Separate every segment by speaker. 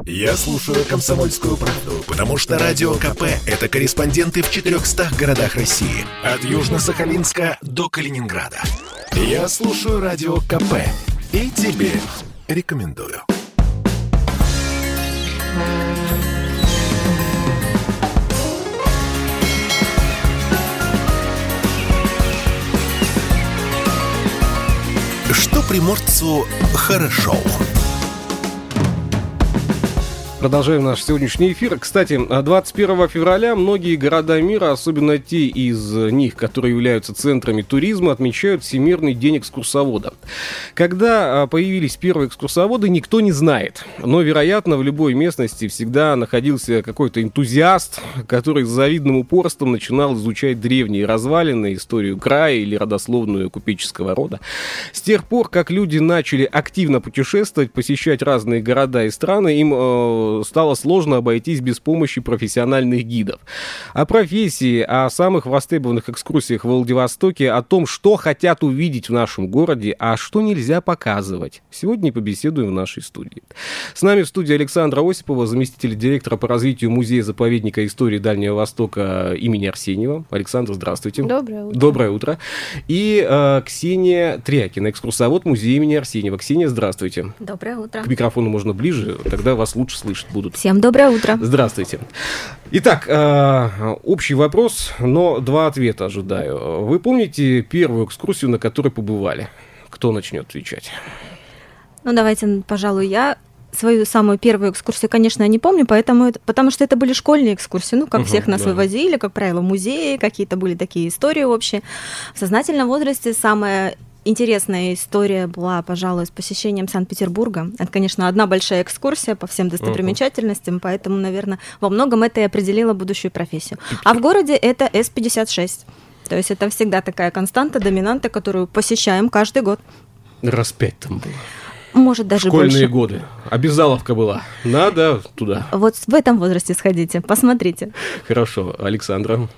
Speaker 1: Я слушаю «Комсомольскую правду», потому что Радио КП – это корреспонденты в 400 городах России. От Южно-Сахалинска до Калининграда. Я слушаю Радио КП и тебе рекомендую. Что приморцу хорошо.
Speaker 2: Продолжаем наш сегодняшний эфир. Кстати, 21 февраля многие города мира, особенно те из них, которые являются центрами туризма, отмечают Всемирный день экскурсовода. Когда появились первые экскурсоводы, никто не знает. Но, вероятно, в любой местности всегда находился какой-то энтузиаст, который с завидным упорством начинал изучать древние развалины, историю края или родословную купеческого рода. С тех пор, как люди начали активно путешествовать, посещать разные города и страны, им стало сложно обойтись без помощи профессиональных гидов. О профессии, о самых востребованных экскурсиях в Владивостоке, о том, что хотят увидеть в нашем городе, а что нельзя показывать, сегодня побеседуем в нашей студии. С нами в студии Александра Осипова, заместитель директора по развитию музея-заповедника истории Дальнего Востока имени Арсеньева. Александр, здравствуйте.
Speaker 3: Доброе утро.
Speaker 2: Доброе утро. И Ксения Трякина, экскурсовод музея имени Арсеньева. Ксения, здравствуйте.
Speaker 3: Доброе утро.
Speaker 2: К микрофону можно ближе, тогда вас лучше слышать будут.
Speaker 3: Всем доброе утро.
Speaker 2: Здравствуйте. Итак, общий вопрос, но два ответа ожидаю. Вы помните первую экскурсию, на которой побывали? Кто начнет отвечать?
Speaker 3: Ну, давайте, пожалуй, я. Свою самую первую экскурсию, конечно, я не помню, потому что это были школьные экскурсии, ну, как всех нас вывозили, как правило, музеи, какие-то были такие истории общие. В сознательном возрасте самая интересная история была, пожалуй, с посещением Санкт-Петербурга. Это, конечно, одна большая экскурсия по всем достопримечательностям, поэтому, наверное, во многом это и определило будущую профессию. А в городе это С-56. То есть это всегда такая константа, доминанта, которую посещаем каждый год.
Speaker 2: Раз 5 там было.
Speaker 3: Может, даже
Speaker 2: школьные
Speaker 3: больше.
Speaker 2: Годы. Обязаловка была. Надо туда.
Speaker 3: Вот в этом возрасте сходите, посмотрите.
Speaker 2: Хорошо. Александра?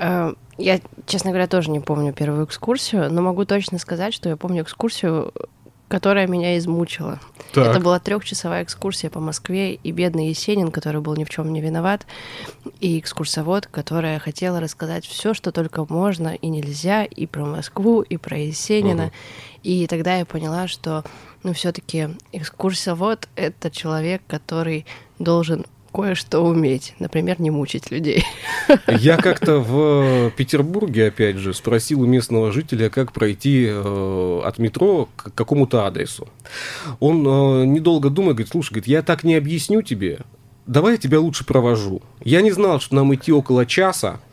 Speaker 4: Я, честно говоря, тоже не помню первую экскурсию, но могу точно сказать, что я помню экскурсию, которая меня измучила.
Speaker 2: Так.
Speaker 4: Это была 3-часовая экскурсия по Москве, и бедный Есенин, который был ни в чем не виноват, и экскурсовод, которая хотела рассказать все, что только можно и нельзя, и про Москву, и про Есенина. И тогда я поняла, что, все-таки экскурсовод — это человек, который должен кое-что уметь, например, не мучить людей.
Speaker 2: Я как-то в Петербурге, опять же, спросил у местного жителя, как пройти от метро к какому-то адресу. Он, недолго думая, говорит: слушай, говорит, я так не объясню тебе, давай я тебя лучше провожу. Я не знал, что нам идти около часа.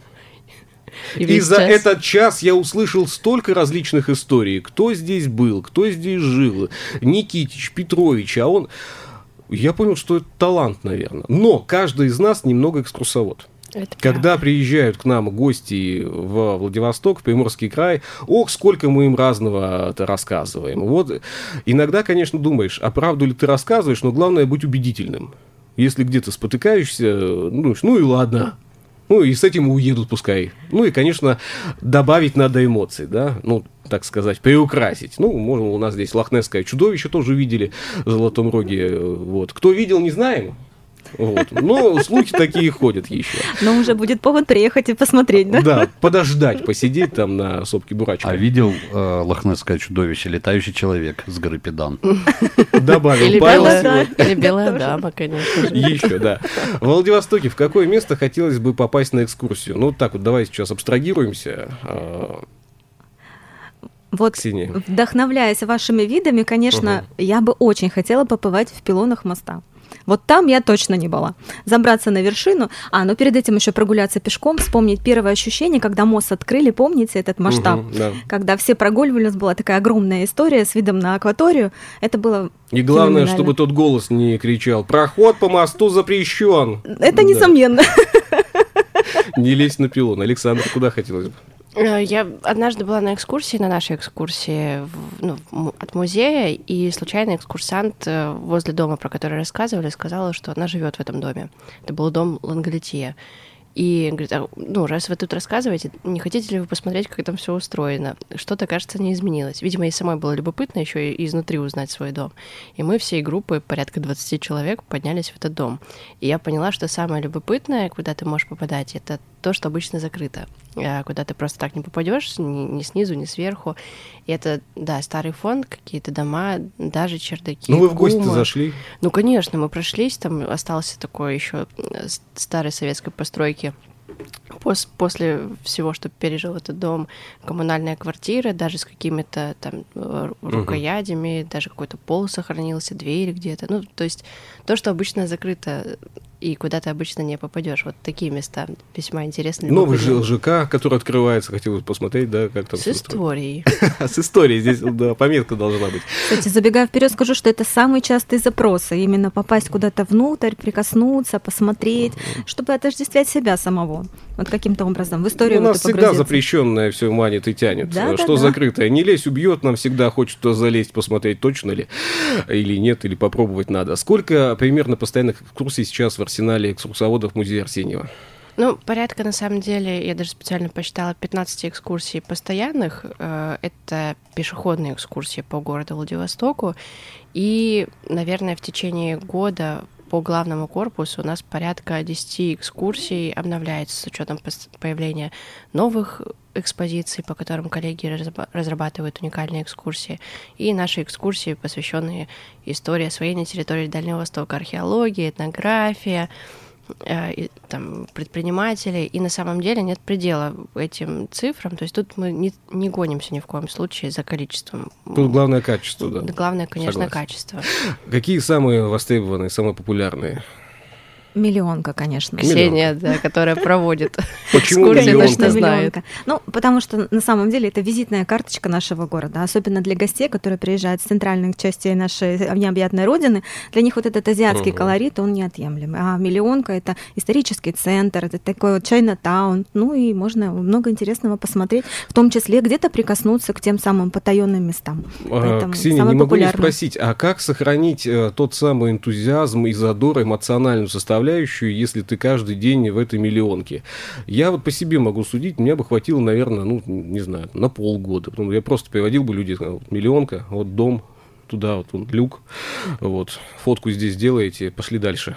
Speaker 2: И за этот час я услышал столько различных историй. Кто здесь был, кто здесь жил. Никитич, Петрович, а он... Я понял, что это талант, наверное. Но каждый из нас немного экскурсовод. Когда приезжают к нам гости в Владивосток, в Приморский край, сколько мы им разного рассказываем. Вот иногда, конечно, думаешь, а правду ли ты рассказываешь, но главное быть убедительным. Если где-то спотыкаешься, и ладно. И с этим уедут пускай. И, конечно, добавить надо эмоций, да, так сказать, приукрасить. Можно, у нас здесь лохнесское чудовище тоже видели в Золотом Роге. Вот. Кто видел, не знаем. Но слухи такие ходят еще.
Speaker 3: Но уже будет повод приехать и посмотреть, да?
Speaker 2: Да, подождать, посидеть там на сопке Бурачка.
Speaker 5: А видел лохнесское чудовище, летающий человек с горы Педан?
Speaker 2: Добавил.
Speaker 4: Или белая дама, конечно.
Speaker 2: Еще, да. В Владивостоке в какое место хотелось бы попасть на экскурсию? Давай сейчас абстрагируемся.
Speaker 3: Вот,
Speaker 2: Ксения.
Speaker 3: Вдохновляясь вашими видами, конечно, я бы очень хотела побывать в пилонах моста. Вот там я точно не была. Забраться на вершину, но перед этим еще прогуляться пешком, вспомнить первое ощущение, когда мост открыли, помните этот масштаб?
Speaker 2: Да.
Speaker 3: Когда все прогуливали, у нас была такая огромная история с видом на акваторию. Это было
Speaker 2: И главное, чтобы тот голос не кричал: «Проход по мосту запрещен».
Speaker 3: Это несомненно.
Speaker 2: Не лезь на пилон. Александр, куда хотелось бы?
Speaker 4: Я однажды была на нашей экскурсии от музея, и случайно экскурсант возле дома, про который рассказывали, сказала, что она живет в этом доме. Это был дом Лангалетье. И говорит, раз вы тут рассказываете, не хотите ли вы посмотреть, как там все устроено? Что-то, кажется, не изменилось. Видимо, ей самой было любопытно еще и изнутри узнать свой дом. И мы всей группой, порядка 20 человек, поднялись в этот дом. И я поняла, что самое любопытное, куда ты можешь попадать, это то, что обычно закрыто. Куда ты просто так не попадешь, ни снизу, ни сверху. И это, да, старый фонд, какие-то дома, даже чердаки.
Speaker 2: Ну, вы в гости зашли?
Speaker 4: Ну, конечно, мы прошлись, там остался такой еще старой советской постройки. После всего, что пережил этот дом, коммунальная квартира, даже с какими-то там рукоятями, даже какой-то пол сохранился, двери где-то. Ну, то есть то, что обычно закрыто и куда ты обычно не попадешь. Вот такие места весьма интересные.
Speaker 2: Новый ЖК, который открывается, хотел посмотреть, да, как там.
Speaker 4: С историей.
Speaker 2: С историей, здесь, да, пометка должна быть.
Speaker 3: Кстати, забегая вперед, скажу, что это самые частые запросы. Именно попасть куда-то внутрь, прикоснуться, посмотреть, чтобы отождествлять себя самого. Вот каким-то образом в историю.
Speaker 2: У нас всегда запрещенное все манит и тянет.
Speaker 3: Да,
Speaker 2: что
Speaker 3: да,
Speaker 2: закрытое? Не лезь, убьет, нам всегда хочется залезть, посмотреть, точно ли, или нет, или попробовать надо. Сколько примерно постоянных экскурсий сейчас в арсенале экскурсоводов музея Арсеньева?
Speaker 4: Ну, порядка, на самом деле, я даже специально посчитала, 15 экскурсий постоянных. Это пешеходные экскурсии по городу Владивостоку. И, наверное, в течение года по главному корпусу у нас порядка 10 экскурсий обновляется с учетом появления новых экспозиций, по которым коллеги разрабатывают уникальные экскурсии, и наши экскурсии, посвященные истории освоения территории Дальнего Востока, археология, этнография, там, предпринимателей, и на самом деле нет предела этим цифрам, то есть тут мы не гонимся ни в коем случае за количеством.
Speaker 2: Тут главное качество, да.
Speaker 4: Главное, конечно,
Speaker 2: Согласен.
Speaker 4: Качество.
Speaker 2: Какие самые востребованные, самые популярные?
Speaker 3: Миллионка, конечно.
Speaker 4: Ксения, да, которая проводит
Speaker 2: Почему
Speaker 4: экскурсии,
Speaker 2: миллионка?
Speaker 4: точно знает.
Speaker 3: Миллионка. Ну, потому что на самом деле это визитная карточка нашего города, особенно для гостей, которые приезжают с центральных частей нашей необъятной родины. Для них вот этот азиатский колорит, он неотъемлемый. А миллионка — это исторический центр, это такой вот Чайна-таун. Ну и можно много интересного посмотреть, в том числе где-то прикоснуться к тем самым потаенным местам.
Speaker 2: Ксения, не могу не спросить, а как сохранить тот самый энтузиазм и задор, эмоциональную составляющую, если ты каждый день в этой миллионке? Я вот по себе могу судить, мне бы хватило, наверное, не знаю, на полгода. Я просто приводил бы людей, вот миллионка, вот дом, туда вот он, люк, вот, фотку здесь делаете, пошли дальше.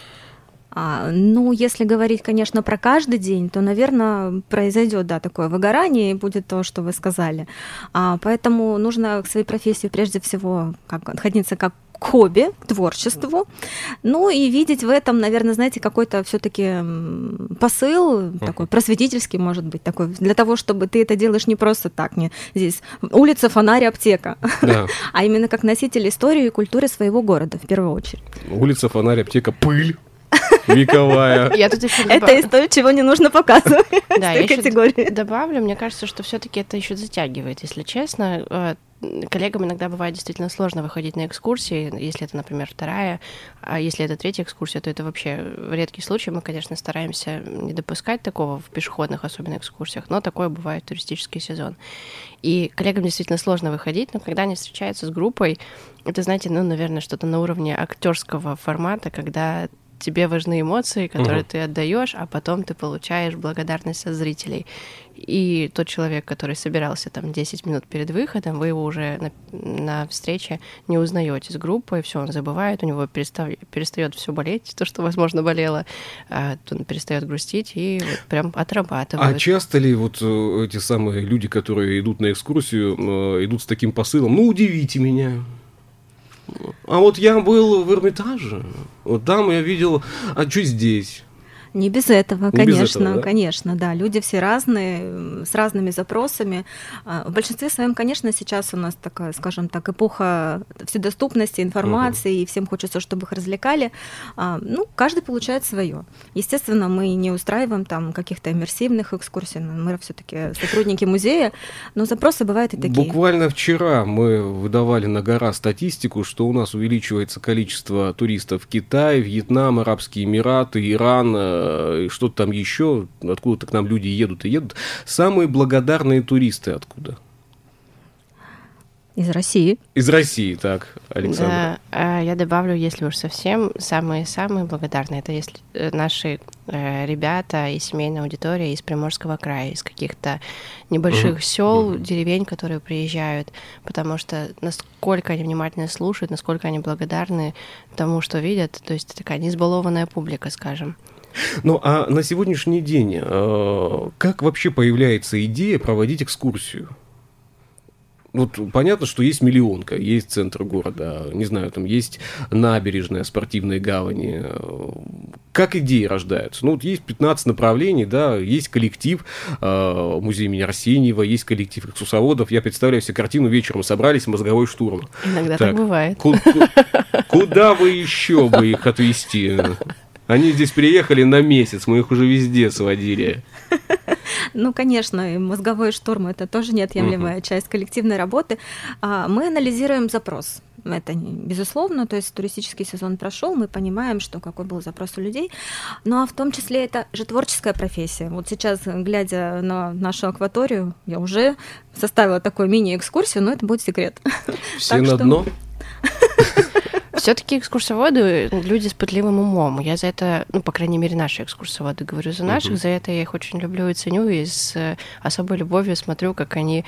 Speaker 3: Если говорить, конечно, про каждый день, то, наверное, произойдет, да, такое выгорание, и будет то, что вы сказали. Поэтому нужно к своей профессии прежде всего отходиться как к хобби, к творчеству, и видеть в этом, наверное, знаете, какой-то все-таки посыл, такой просветительский, может быть, такой, для того, чтобы ты это делаешь не просто так, не здесь улица, фонарь, аптека, да. А именно как носитель истории и культуры своего города, в первую очередь.
Speaker 2: Улица, фонарь, аптека, пыль. Вековая.
Speaker 3: Это из того, чего не нужно показывать.
Speaker 4: Да, я еще добавлю, мне кажется, что все-таки это еще затягивает, если честно. Коллегам иногда бывает действительно сложно выходить на экскурсии, если это, например, вторая, а если это третья экскурсия, то это вообще редкий случай. Мы, конечно, стараемся не допускать такого в пешеходных, особенно экскурсиях, но такое бывает в туристический сезон. И коллегам действительно сложно выходить, но когда они встречаются с группой, это, знаете, наверное, что-то на уровне актерского формата, когда тебе важны эмоции, которые ты отдаешь, а потом ты получаешь благодарность от зрителей. И тот человек, который собирался там 10 минут перед выходом, вы его уже на встрече не узнаете с группой, все, он забывает, у него перестает все болеть, то, что, возможно, болело, он перестает грустить и вот прям отрабатывает.
Speaker 2: А часто ли вот эти самые люди, которые идут на экскурсию, идут с таким посылом: удивите меня? А вот я был в Эрмитаже, вот там я видел, а что здесь?
Speaker 3: Не без этого, конечно,
Speaker 2: да?
Speaker 3: Конечно, да. Люди все разные, с разными запросами. В большинстве своем, конечно, сейчас у нас такая, скажем так, эпоха вседоступности информации, и всем хочется, чтобы их развлекали. Каждый получает свое. Естественно, мы не устраиваем там каких-то иммерсивных экскурсий, мы все-таки сотрудники музея, но запросы бывают и такие.
Speaker 2: Буквально вчера мы выдавали на гора статистику, что у нас увеличивается количество туристов в Китай, Вьетнам, Арабские Эмираты, Иран, и что-то там еще, откуда-то к нам люди едут и едут. Самые благодарные туристы откуда?
Speaker 3: Из России.
Speaker 2: Из России, так, Александра.
Speaker 4: Да, я добавлю, если уж совсем, самые-самые благодарные, это если наши ребята и семейная аудитория из Приморского края, из каких-то небольших сел, деревень, которые приезжают, потому что насколько они внимательно слушают, насколько они благодарны тому, что видят, то есть такая неизбалованная публика, скажем.
Speaker 2: Ну, а на сегодняшний день как вообще появляется идея проводить экскурсию? Вот понятно, что есть Миллионка, есть центр города, не знаю, там есть набережная, спортивные гавани. Как идеи рождаются? Ну, вот есть 15 направлений, да, есть коллектив музея имени Арсеньева, есть коллектив экскурсоводов. Я представляю себе картину: вечером собрались, мозговой штурм.
Speaker 4: Иногда так бывает.
Speaker 2: Куда вы еще бы их отвезти? Они здесь приехали на месяц, мы их уже везде сводили.
Speaker 3: Ну, конечно, мозговой штурм – это тоже неотъемлемая часть коллективной работы. Мы анализируем запрос. Это безусловно, то есть туристический сезон прошел, мы понимаем, что какой был запрос у людей, ну а в том числе это же творческая профессия. Вот сейчас, глядя на нашу акваторию, я уже составила такую мини-экскурсию, но это будет секрет.
Speaker 2: Все на дно?
Speaker 4: Все-таки экскурсоводы люди с пытливым умом. Я за это, ну, по крайней мере, наши экскурсоводы, говорю за наших, за это я их очень люблю и ценю, и с особой любовью смотрю, как они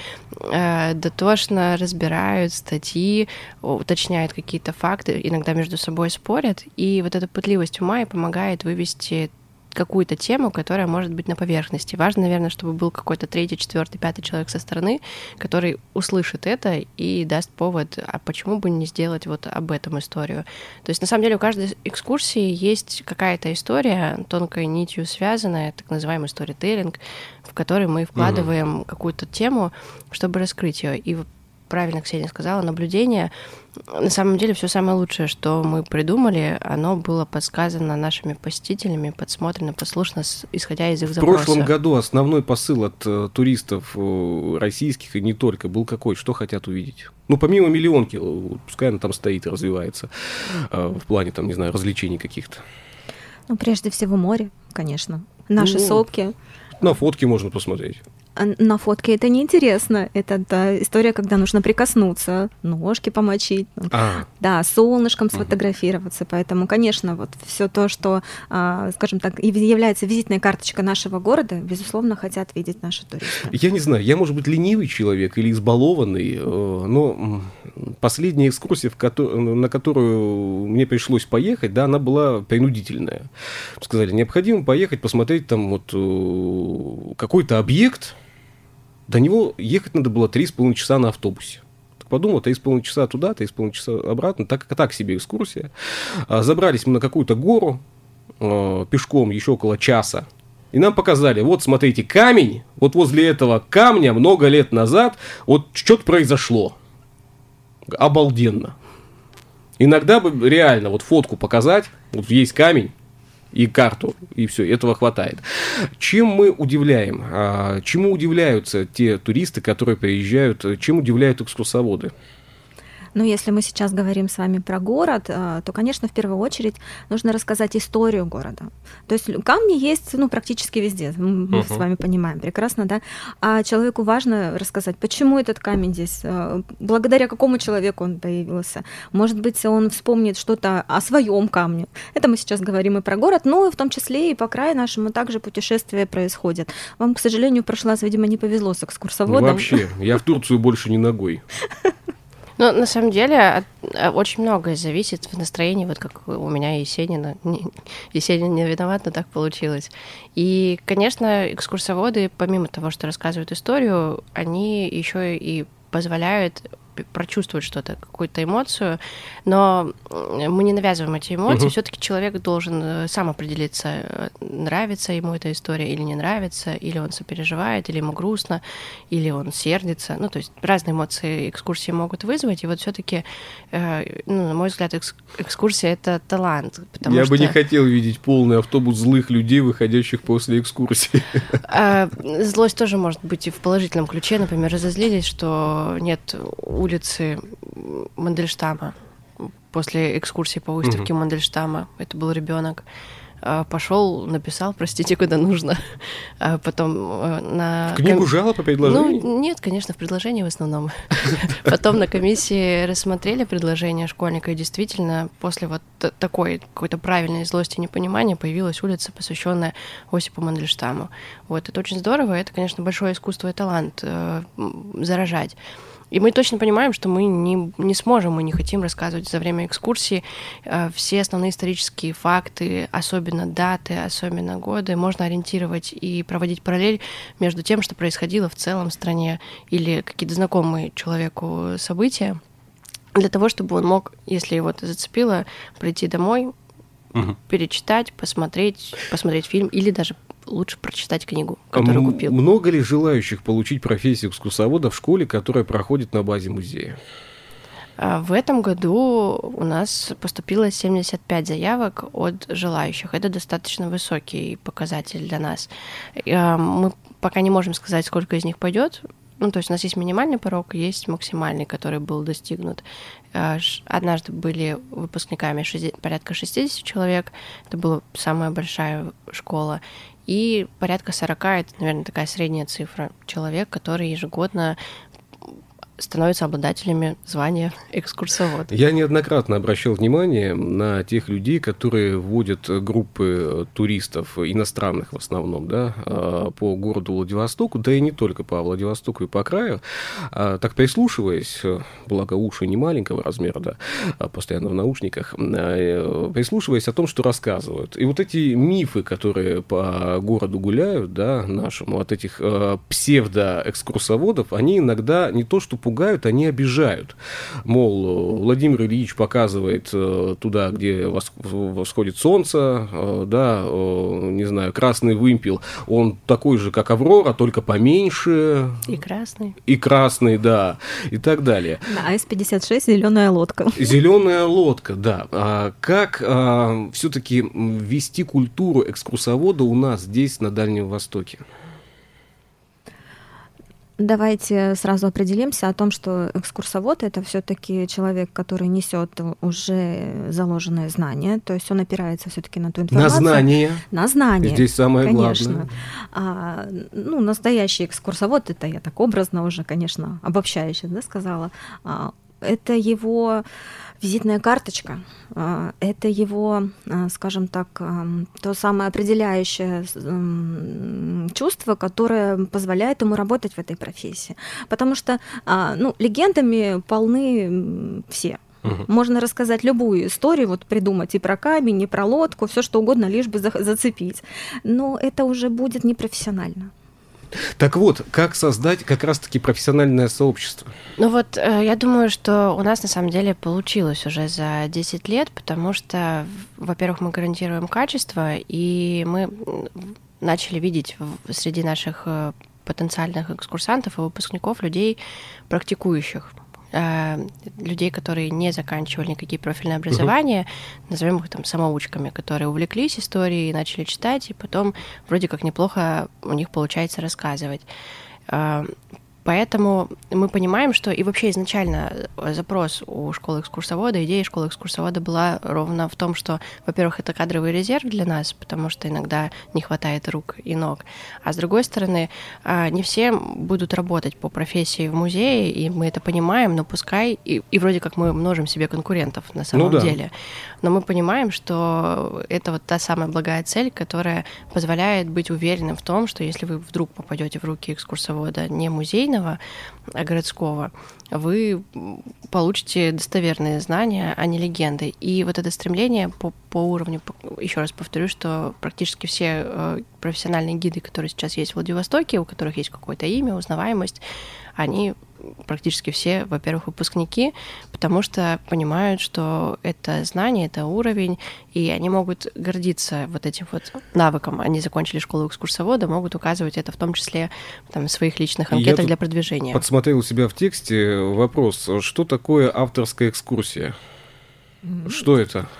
Speaker 4: дотошно разбирают статьи, уточняют какие-то факты, иногда между собой спорят, и вот эта пытливость ума и помогает вывести какую-то тему, которая может быть на поверхности. Важно, наверное, чтобы был какой-то 3-й, 4-й, 5-й человек со стороны, который услышит это и даст повод, а почему бы не сделать вот об этом историю. То есть, на самом деле, у каждой экскурсии есть какая-то история, тонкой нитью связанная, так называемый сторителлинг, в который мы вкладываем какую-то тему, чтобы раскрыть ее. И правильно Ксения сказала, наблюдение. На самом деле, все самое лучшее, что мы придумали, оно было подсказано нашими посетителями, подсмотрено, послушно, исходя из их запроса.
Speaker 2: В прошлом году основной посыл от туристов российских и не только был какой? Что хотят увидеть? Ну, помимо Миллионки, пускай она там стоит и развивается в плане, там, не знаю, развлечений каких-то.
Speaker 3: Ну, прежде всего, море, конечно. Наши сопки.
Speaker 2: На фотке можно посмотреть.
Speaker 3: На фотке это неинтересно. Это та история, когда нужно прикоснуться, ножки помочить, да, солнышком сфотографироваться. Поэтому, конечно, вот все то, что, скажем так, является визитной карточкой нашего города, безусловно, хотят видеть наши туристы.
Speaker 2: Я не знаю, я, может быть, ленивый человек или избалованный, но последняя экскурсия, на которую мне пришлось поехать, да, она была принудительная. Сказали, необходимо поехать посмотреть там вот какой-то объект. До него ехать надо было 3,5 часа на автобусе. Так подумал, 3,5 часа туда, 3,5 часа обратно. Так себе экскурсия. Забрались мы на какую-то гору пешком еще около часа. И нам показали, вот смотрите, камень, вот возле этого камня много лет назад вот что-то произошло. Обалденно. Иногда бы реально вот фотку показать, вот есть камень, и карту, и все, этого хватает. Чем мы удивляем? Чему удивляются те туристы, которые приезжают? Чем удивляют экскурсоводы?
Speaker 3: Ну, если мы сейчас говорим с вами про город, то, конечно, в первую очередь нужно рассказать историю города. То есть камни есть, ну, практически везде, мы с вами понимаем прекрасно, да? А человеку важно рассказать, почему этот камень здесь, благодаря какому человеку он появился. Может быть, он вспомнит что-то о своем камне. Это мы сейчас говорим и про город, но в том числе и по краю нашему также путешествия происходят. Вам, к сожалению, в прошлый раз, видимо, не повезло с экскурсоводом.
Speaker 2: Ну, вообще, я в Турцию больше не ногой.
Speaker 4: Ну, на самом деле, очень многое зависит в настроении, вот как у меня и Есенина. Есенин не виноват, но так получилось. И, конечно, экскурсоводы, помимо того, что рассказывают историю, они еще и позволяют прочувствовать что-то, какую-то эмоцию, но мы не навязываем эти эмоции, все-таки человек должен сам определиться, нравится ему эта история или не нравится, или он сопереживает, или ему грустно, или он сердится. Ну, то есть разные эмоции экскурсии могут вызвать, и вот все-таки, на мой взгляд, экскурсия — это талант.
Speaker 2: Я бы не хотел видеть полный автобус злых людей, выходящих после экскурсии.
Speaker 4: Злость тоже может быть и в положительном ключе. Например, разозлились, что нет улицы Мандельштама после экскурсии по выставке Мандельштама. Это был ребенок. пошел, написал, простите, куда нужно. Потом на...
Speaker 2: В книгу жалоб и предложений?
Speaker 4: Ну, нет, конечно, в предложении в основном. Потом на комиссии рассмотрели предложение школьника, и действительно, после вот такой какой-то правильной злости и непонимания появилась улица, посвященная Осипу Мандельштаму. Вот, это очень здорово, это, конечно, большое искусство и талант заражать. И мы точно понимаем, что мы не сможем, мы не хотим рассказывать за время экскурсии все основные исторические факты, особенно даты, особенно годы. Можно ориентировать и проводить параллель между тем, что происходило в целом в стране, или какие-то знакомые человеку события, для того, чтобы он мог, если его это зацепило, прийти домой, перечитать, посмотреть фильм или даже лучше прочитать книгу, которую купил.
Speaker 2: Много ли желающих получить профессию экскурсовода в школе, которая проходит на базе музея?
Speaker 4: В этом году у нас поступило 75 заявок от желающих. Это достаточно высокий показатель для нас. Мы пока не можем сказать, сколько из них пойдет. Ну, то есть у нас есть минимальный порог, есть максимальный, который был достигнут. Однажды были выпускниками порядка 60 человек. Это была самая большая школа. И порядка 40 — это, наверное, такая средняя цифра человек, которые ежегодно становятся обладателями звания экскурсовод.
Speaker 2: Я неоднократно обращал внимание на тех людей, которые вводят группы туристов, иностранных в основном, да, по городу Владивостоку, да и не только по Владивостоку и по краю. Так прислушиваясь, благо уши не маленького размера, да, постоянно в наушниках, прислушиваясь о том, что рассказывают. И вот эти мифы, которые по городу гуляют, да, нашему, от этих псевдоэкскурсоводов, они иногда не то что пугают, они обижают. Мол, Владимир Ильич показывает туда, где восходит солнце, да, не знаю, красный вымпел, он такой же, как Аврора, только поменьше.
Speaker 4: И красный.
Speaker 2: И красный, да, и так далее.
Speaker 3: Да, АИС-56 «Зеленая лодка».
Speaker 2: Зеленая лодка, да. Как все-таки ввести культуру экскурсовода у нас здесь, на Дальнем Востоке?
Speaker 3: Давайте сразу определимся о том, что экскурсовод — это все-таки человек, который несет уже заложенные знания, то есть он опирается все-таки на ту информацию.
Speaker 2: На знания.
Speaker 3: На знания.
Speaker 2: Здесь самое
Speaker 3: конечно.
Speaker 2: главное.
Speaker 3: Настоящий экскурсовод — это я так образно уже, конечно, обобщающе, да, сказала. Это его визитная карточка, это его, скажем так, то самое определяющее чувство, которое позволяет ему работать в этой профессии. Потому что легендами полны все. Можно рассказать любую историю, вот придумать и про камень, и про лодку, все что угодно, лишь бы зацепить. Но это уже будет непрофессионально.
Speaker 2: Так вот, как создать как раз-таки профессиональное сообщество?
Speaker 4: Ну вот, я думаю, что у нас на самом деле получилось уже за 10 лет, потому что, во-первых, мы гарантируем качество, и мы начали видеть среди наших потенциальных экскурсантов и выпускников людей практикующих. Людей, которые не заканчивали никакие профильные образования, назовем их там самоучками, которые увлеклись историей, начали читать, и потом вроде как неплохо у них получается рассказывать. Поэтому мы понимаем, что и вообще изначально запрос у школы экскурсовода, идея школы экскурсовода была ровно в том, что, во-первых, это кадровый резерв для нас, потому что иногда не хватает рук и ног, а с другой стороны, не все будут работать по профессии в музее, и мы это понимаем, но пускай, и вроде как мы множим себе конкурентов на самом деле, но мы понимаем, что это вот та самая благая цель, которая позволяет быть уверенным в том, что если вы вдруг попадете в руки экскурсовода не музейного, а городского, вы получите достоверные знания, а не легенды. И вот это стремление по уровню, еще раз повторю, что практически все профессиональные гиды, которые сейчас есть в Владивостоке, у которых есть какое-то имя, узнаваемость, они практически все, во-первых, выпускники, потому что понимают, что это знание, это уровень, и они могут гордиться вот этим вот навыком. Они закончили школу экскурсовода, могут указывать это в том числе там, в своих личных анкетах для продвижения.
Speaker 2: Подсмотрел у себя в тексте вопрос, что такое авторская экскурсия? Что это?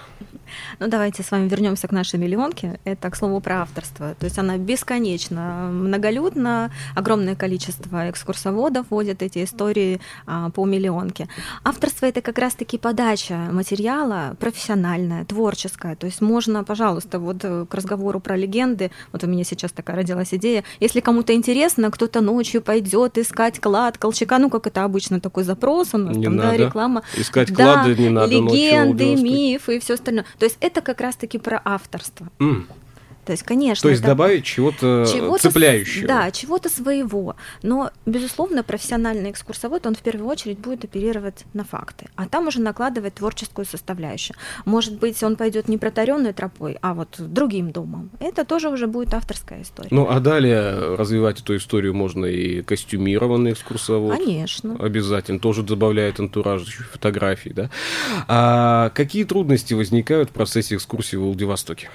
Speaker 3: Ну, давайте с вами вернемся к нашей миллионке. Это, к слову, про авторство. То есть она бесконечно многолюдна, огромное количество экскурсоводов водят эти истории по миллионке. Авторство — это как раз-таки подача материала профессиональная, творческая. То есть можно, пожалуйста, вот к разговору про легенды, вот у меня сейчас такая родилась идея, если кому-то интересно, кто-то ночью пойдет искать клад Колчака, ну, как это обычно такой запрос у нас,
Speaker 2: Не
Speaker 3: там,
Speaker 2: надо.
Speaker 3: да, реклама.
Speaker 2: Искать клады не надо
Speaker 3: легенды,
Speaker 2: ночью.
Speaker 3: мифы и все остальное. То есть это как раз-таки про авторство. То есть, конечно,
Speaker 2: То есть
Speaker 3: это
Speaker 2: добавить чего-то цепляющего.
Speaker 3: Да, чего-то своего. Но, безусловно, профессиональный экскурсовод, он в первую очередь будет оперировать на факты, а там уже накладывать творческую составляющую. Может быть, он пойдет не протаренной тропой, а вот другим домом. Это тоже уже будет авторская история.
Speaker 2: Ну, а далее развивать эту историю можно и костюмированный экскурсовод.
Speaker 3: Конечно.
Speaker 2: Обязательно. Тоже добавляет антураж, фотографий, да. А какие трудности возникают в процессе экскурсии в Владивостоке?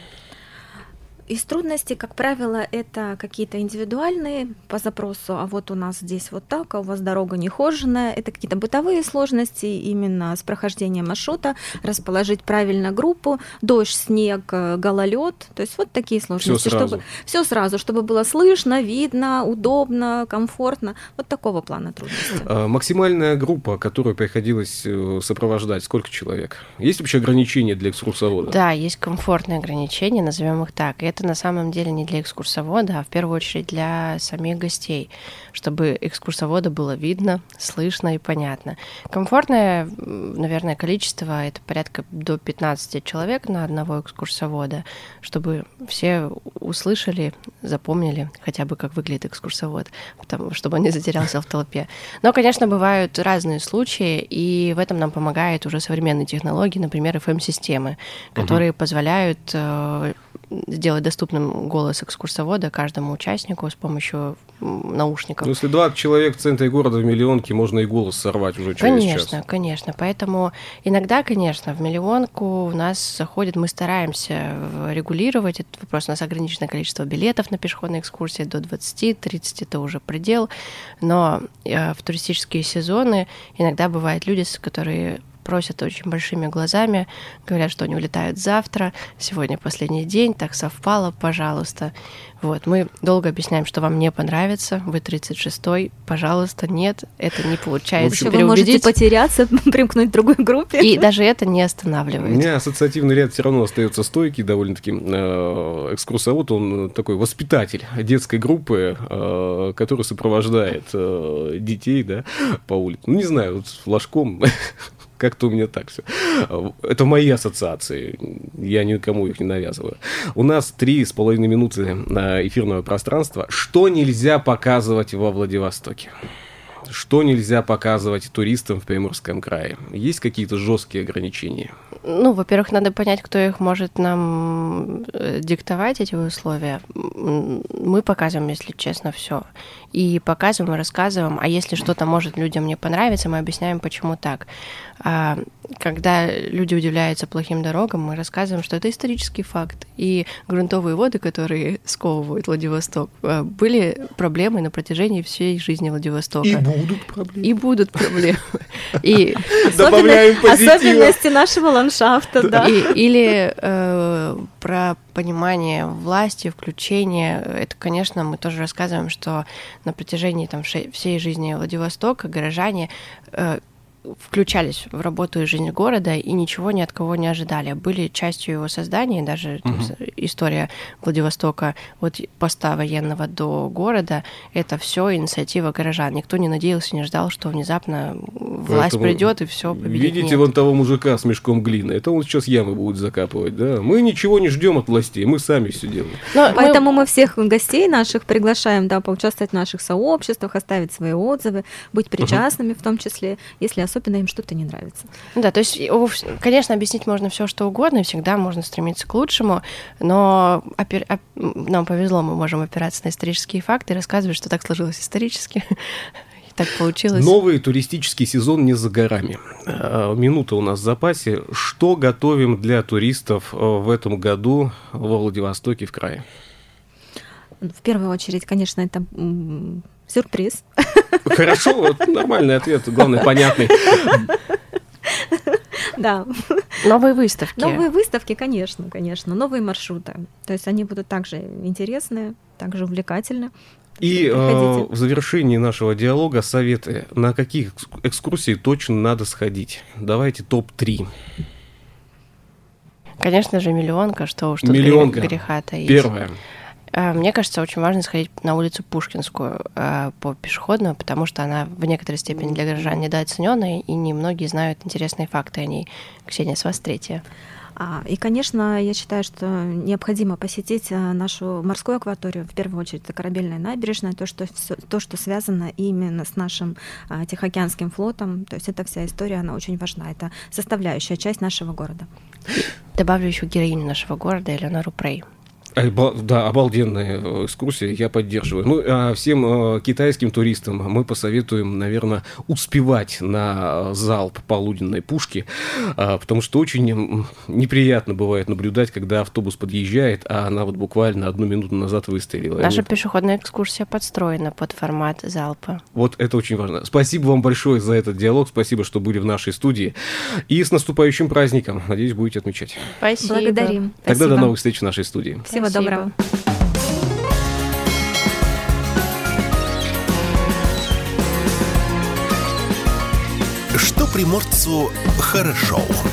Speaker 3: Из трудностей, как правило, это какие-то индивидуальные по запросу, а вот у нас здесь вот так, а у вас дорога нехоженная. Это какие-то бытовые сложности именно с прохождением маршрута, расположить правильно группу, дождь, снег, гололед. То есть вот такие сложности. Все сразу, чтобы было слышно, видно, удобно, комфортно. Вот такого плана трудности.
Speaker 2: Максимальная группа, которую приходилось сопровождать, сколько человек? Есть вообще ограничения для экскурсовода?
Speaker 4: Да, есть комфортные ограничения, назовем их так. И это на самом деле не для экскурсовода, а в первую очередь для самих гостей, чтобы экскурсовода было видно, слышно и понятно. Комфортное, наверное, количество — это порядка до 15 человек на одного экскурсовода, чтобы все услышали, запомнили хотя бы, как выглядит экскурсовод, чтобы он не затерялся в толпе. Но, конечно, бывают разные случаи, и в этом нам помогают уже современные технологии, например, FM-системы, которые позволяют сделать доступным голос экскурсовода каждому участнику с помощью наушников.
Speaker 2: Ну, если 20 человек в центре города в миллионке, можно и голос сорвать уже через час.
Speaker 4: Конечно. Поэтому иногда, конечно, в миллионку у нас заходит, мы стараемся регулировать этот вопрос. У нас ограниченное количество билетов на пешеходные экскурсии, до 20-30 это уже предел. Но в туристические сезоны иногда бывают люди, которые просят очень большими глазами, говорят, что они улетают завтра, сегодня последний день, так совпало, пожалуйста. Вот, мы долго объясняем, что вам не понравится, вы 36-й, пожалуйста, нет, это не получается переубедить.
Speaker 3: Вы можете потеряться, примкнуть к другой группе.
Speaker 4: И даже это не останавливает.
Speaker 2: У меня ассоциативный ряд все равно остается стойкий, довольно-таки. Экскурсовод, он такой воспитатель детской группы, который сопровождает детей, да, по улице. Ну, не знаю, вот с флажком... Как-то у меня так все. Это мои ассоциации. Я никому их не навязываю. У нас 3,5 минуты эфирного пространства. Что нельзя показывать во Владивостоке? Что нельзя показывать туристам в Приморском крае? Есть какие-то жесткие ограничения?
Speaker 4: Ну, во-первых, надо понять, кто их может нам диктовать, эти условия. Мы показываем, если честно, все. И показываем, и рассказываем. А если что-то может людям не понравиться, мы объясняем, почему так. А когда люди удивляются плохим дорогам, мы рассказываем, что это исторический факт. И грунтовые воды, которые сковывают Владивосток, были проблемой на протяжении всей жизни Владивостока. И будут проблемы. И
Speaker 2: добавляем позитива.
Speaker 3: Особенности нашего ландшафта, да.
Speaker 4: Или про понимание власти, включение. Это, конечно, мы тоже рассказываем, что на протяжении всей жизни Владивостока горожане включались в работу и жизнь города и ничего ни от кого не ожидали. Были частью его создания, даже история Владивостока от поста военного до города, это все инициатива горожан. Никто не надеялся, не ждал, что внезапно власть придет и все победит.
Speaker 2: Видите,
Speaker 4: Нет.
Speaker 2: вон того мужика с мешком глины, это он сейчас ямы будет закапывать, да? Мы ничего не ждем от властей, мы сами все делаем.
Speaker 3: Поэтому мы всех гостей наших приглашаем, да, поучаствовать в наших сообществах, оставить свои отзывы, быть причастными в том числе, если особенно им что-то не нравится.
Speaker 4: Да, то есть, конечно, объяснить можно все, что угодно, и всегда можно стремиться к лучшему, но нам повезло, мы можем опираться на исторические факты и рассказывать, что так сложилось исторически. Так получилось.
Speaker 2: Новый туристический сезон не за горами. Минута у нас в запасе. Что готовим для туристов в этом году во Владивостоке, в крае?
Speaker 3: В первую очередь, конечно, это сюрприз.
Speaker 2: Хорошо, вот нормальный ответ, главное, понятный.
Speaker 3: Да.
Speaker 4: Новые выставки.
Speaker 3: Новые выставки, конечно, новые маршруты. То есть они будут также интересны, также увлекательны.
Speaker 2: И в завершении нашего диалога советы, на какие экскурсии точно надо сходить. Давайте топ-3.
Speaker 4: Конечно же, миллионка, что уж тут греха таить.
Speaker 2: Первое.
Speaker 4: Мне кажется, очень важно сходить на улицу Пушкинскую по пешеходную, потому что она в некоторой степени для горожан недооцененная, и немногие знают интересные факты о ней. Ксения, с вас третье.
Speaker 3: И, конечно, я считаю, что необходимо посетить нашу морскую акваторию, в первую очередь, это корабельная набережная, то, что связано именно с нашим Тихоокеанским флотом, то есть эта вся история, она очень важна, это составляющая часть нашего города.
Speaker 4: Добавлю еще героиню нашего города, Элеонору Прей.
Speaker 2: Да, обалденная экскурсия, я поддерживаю. Ну, а всем китайским туристам мы посоветуем, наверное, успевать на залп полуденной пушки, потому что очень неприятно бывает наблюдать, когда автобус подъезжает, а она вот буквально 1 минуту назад выстрелила.
Speaker 4: Наша пешеходная экскурсия подстроена под формат залпа.
Speaker 2: Вот это очень важно. Спасибо вам большое за этот диалог, спасибо, что были в нашей студии. И с наступающим праздником. Надеюсь, будете отмечать.
Speaker 4: Спасибо.
Speaker 3: Благодарим.
Speaker 2: Тогда
Speaker 3: Спасибо.
Speaker 2: до новых встреч в нашей студии.
Speaker 3: Всего доброго.
Speaker 1: Что приморцу хорошо.